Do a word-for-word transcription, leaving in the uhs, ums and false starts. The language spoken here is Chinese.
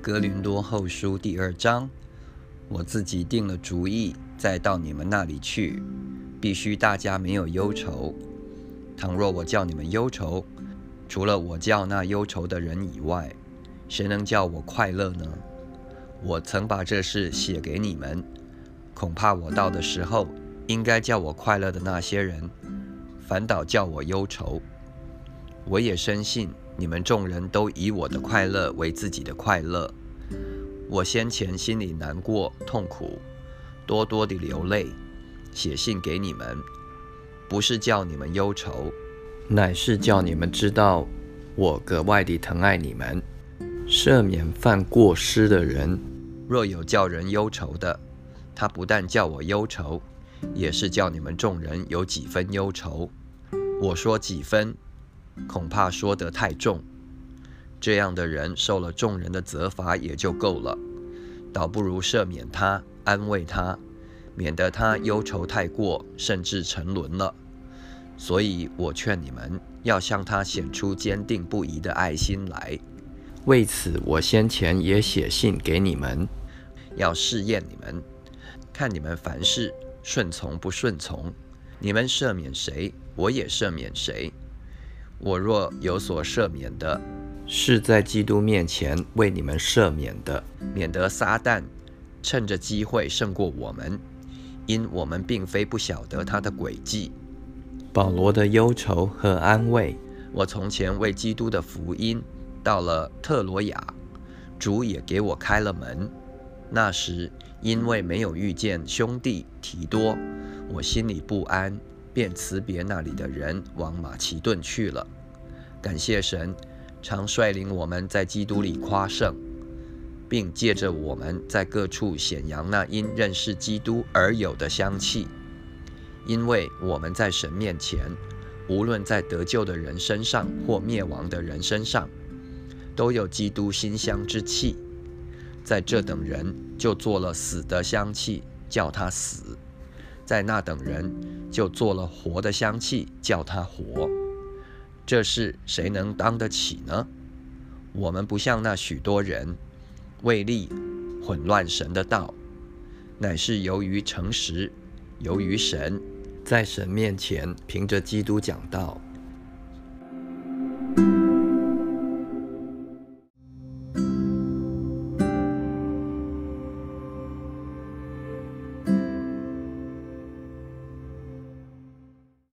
哥林多后书第二章，我自己定了主意，再到你们那里去，必须大家没有忧愁。倘若我叫你们忧愁，除了我叫那忧愁的人以外，谁能叫我快乐呢？我曾把这事写给你们，恐怕我到的时候，应该叫我快乐的那些人，反倒叫我忧愁。我也深信你们众人都以我的快乐为自己的快乐。我先前心里难过痛苦，多多地流泪，写信给你们，不是叫你们忧愁，乃是叫你们知道我格外地疼爱你们，赦免犯过失的人。若有叫人忧愁的，他不但叫我忧愁，也是叫你们众人有几分忧愁。我说几分，恐怕说得太重，这样的人受了众人的责罚也就够了，倒不如赦免他，安慰他，免得他忧愁太过，甚至沉沦了。所以我劝你们要向他显出坚定不移的爱心来。为此我先前也写信给你们，要试验你们，看你们凡事顺从不顺从。你们赦免谁，我也赦免谁。我若有所赦免的，是在基督面前为你们赦免的，免得撒旦趁着机会胜过我们，因我们并非不晓得他的诡计。保罗的忧愁和安慰，我从前为基督的福音到了特罗亚，主也给我开了门。那时因为没有遇见兄弟提多，我心里不安，便辞别那里的人，往马其顿去了。感谢神，常率领我们在基督里夸胜，并借着我们在各处显扬那因认识基督而有的香气。因为我们在神面前，无论在得救的人身上或灭亡的人身上，都有基督馨香之气。在这等人就做了死的香气，叫他死；在那等人就做了活的香气，叫他活。这事谁能当得起呢？我们不像那许多人，为利混乱神的道，乃是由于诚实，由于神，在神面前凭着基督讲道。